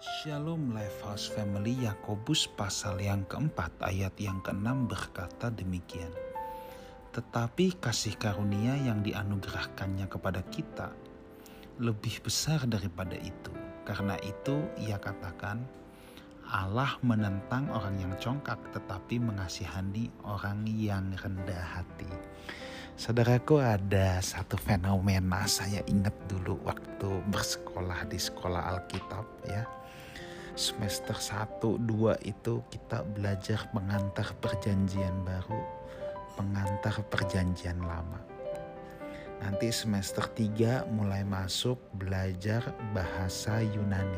Shalom Lifehouse Family. Yakobus pasal yang keempat ayat yang keenam berkata demikian. Tetapi kasih karunia yang dianugerahkannya kepada kita lebih besar daripada itu. Karena itu ia katakan, Allah menentang orang yang congkak tetapi mengasihani orang yang rendah hati. Saudaraku, ada satu fenomena saya ingat dulu waktu bersekolah di sekolah Alkitab ya. Semester 1-2 itu kita belajar pengantar perjanjian baru, pengantar perjanjian lama. Nanti semester 3 mulai masuk belajar bahasa Yunani.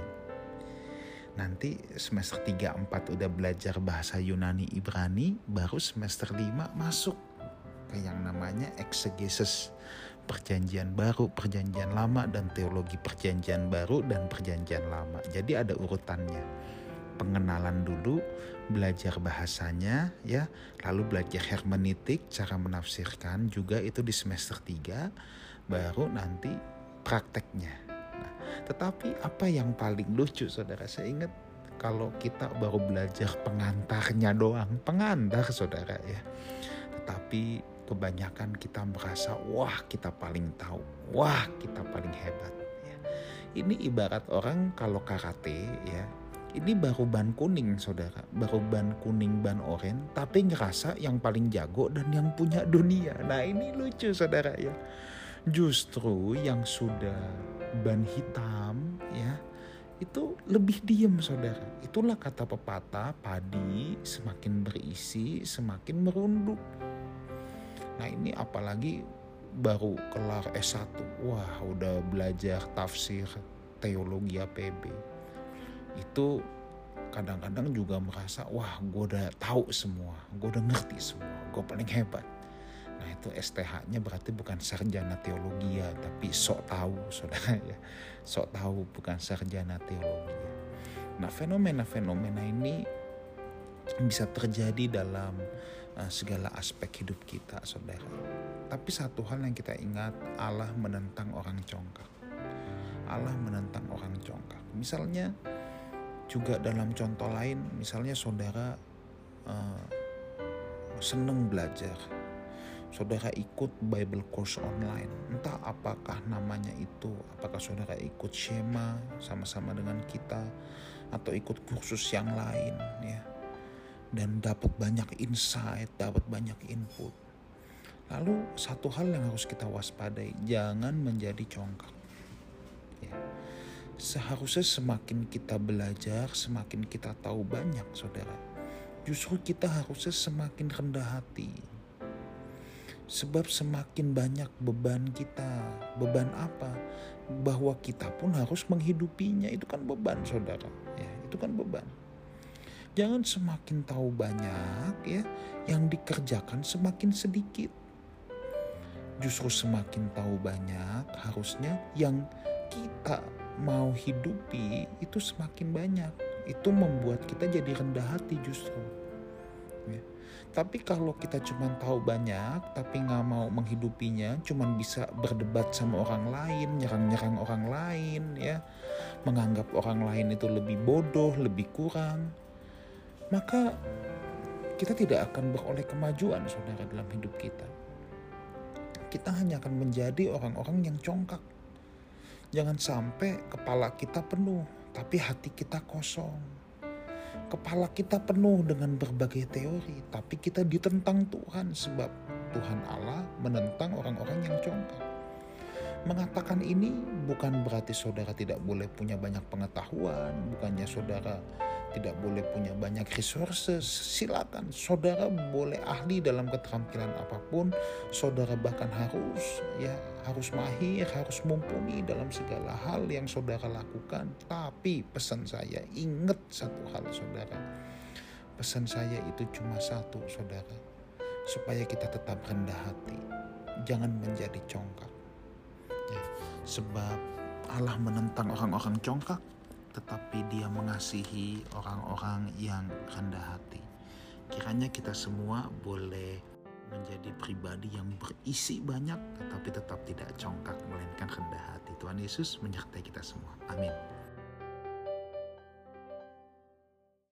Nanti semester 3-4 udah belajar bahasa Yunani Ibrani, baru semester 5 masuk ke yang namanya eksegesis perjanjian baru, perjanjian lama, dan teologi perjanjian baru dan perjanjian lama. Jadi ada urutannya. Pengenalan dulu, belajar bahasanya ya, lalu belajar hermeneutik, cara menafsirkan juga itu di semester 3, baru nanti prakteknya. Nah, tetapi apa yang paling lucu saudara, saya ingat kalau kita baru belajar pengantarnya doang, pengantar saudara ya. Tetapi kebanyakan kita merasa, wah kita paling tahu, wah kita paling hebat. Ya. Ini ibarat orang kalau karate ya, ini baru ban kuning saudara, baru ban kuning, ban oranye, tapi ngerasa yang paling jago dan yang punya dunia. Nah ini lucu saudara ya, justru yang sudah ban hitam ya, itu lebih diem saudara. Itulah kata pepatah, padi semakin berisi semakin merunduk. Nah ini apalagi baru kelar S1, wah udah belajar tafsir teologi APB. Itu kadang-kadang juga merasa, wah gue udah tahu semua, gue udah ngerti semua, gue paling hebat. Nah itu STH-nya berarti bukan sarjana teologi ya, tapi sok tahu saudara ya. Sok tahu bukan sarjana teologi ya. Nah fenomena-fenomena ini bisa terjadi dalam segala aspek hidup kita saudara. Tapi satu hal yang kita ingat, Allah menentang orang congkak. Allah menentang orang congkak. Misalnya juga dalam contoh lain, misalnya saudara senang belajar, saudara ikut Bible course online, entah apakah namanya itu, apakah saudara ikut Shema sama-sama dengan kita, atau ikut kursus yang lain ya, dan dapat banyak insight, dapat banyak input. Lalu satu hal yang harus kita waspadai, jangan menjadi congkak ya. Seharusnya semakin kita belajar, semakin kita tahu banyak saudara, justru kita harusnya semakin rendah hati. Sebab semakin banyak beban kita. Beban apa? Bahwa kita pun harus menghidupinya. Itu kan beban saudara ya, itu kan beban. Jangan semakin tahu banyak ya, yang dikerjakan semakin sedikit. Justru semakin tahu banyak, harusnya yang kita mau hidupi itu semakin banyak. Itu membuat kita jadi rendah hati justru ya. Tapi kalau kita cuma tahu banyak tapi gak mau menghidupinya, cuma bisa berdebat sama orang lain, nyerang-nyerang orang lain ya, menganggap orang lain itu lebih bodoh, lebih kurang, maka kita tidak akan beroleh kemajuan saudara dalam hidup kita. Kita hanya akan menjadi orang-orang yang congkak. Jangan sampai kepala kita penuh tapi hati kita kosong. Kepala kita penuh dengan berbagai teori tapi kita ditentang Tuhan, sebab Tuhan Allah menentang orang-orang yang congkak. Mengatakan ini bukan berarti saudara tidak boleh punya banyak pengetahuan, bukannya saudara tidak boleh punya banyak resources. Silakan, saudara boleh ahli dalam keterampilan apapun, saudara bahkan harus mahir, harus mumpuni dalam segala hal yang saudara lakukan. Tapi pesan saya, ingat satu hal saudara, pesan saya itu cuma satu saudara, supaya kita tetap rendah hati, jangan menjadi congkak ya. Sebab Allah menentang orang-orang congkak, tetapi Dia mengasihi orang-orang yang rendah hati. Kiranya kita semua boleh menjadi pribadi yang berisi banyak, tetapi tetap tidak congkak, melainkan rendah hati. Tuhan Yesus menyertai kita semua. Amin.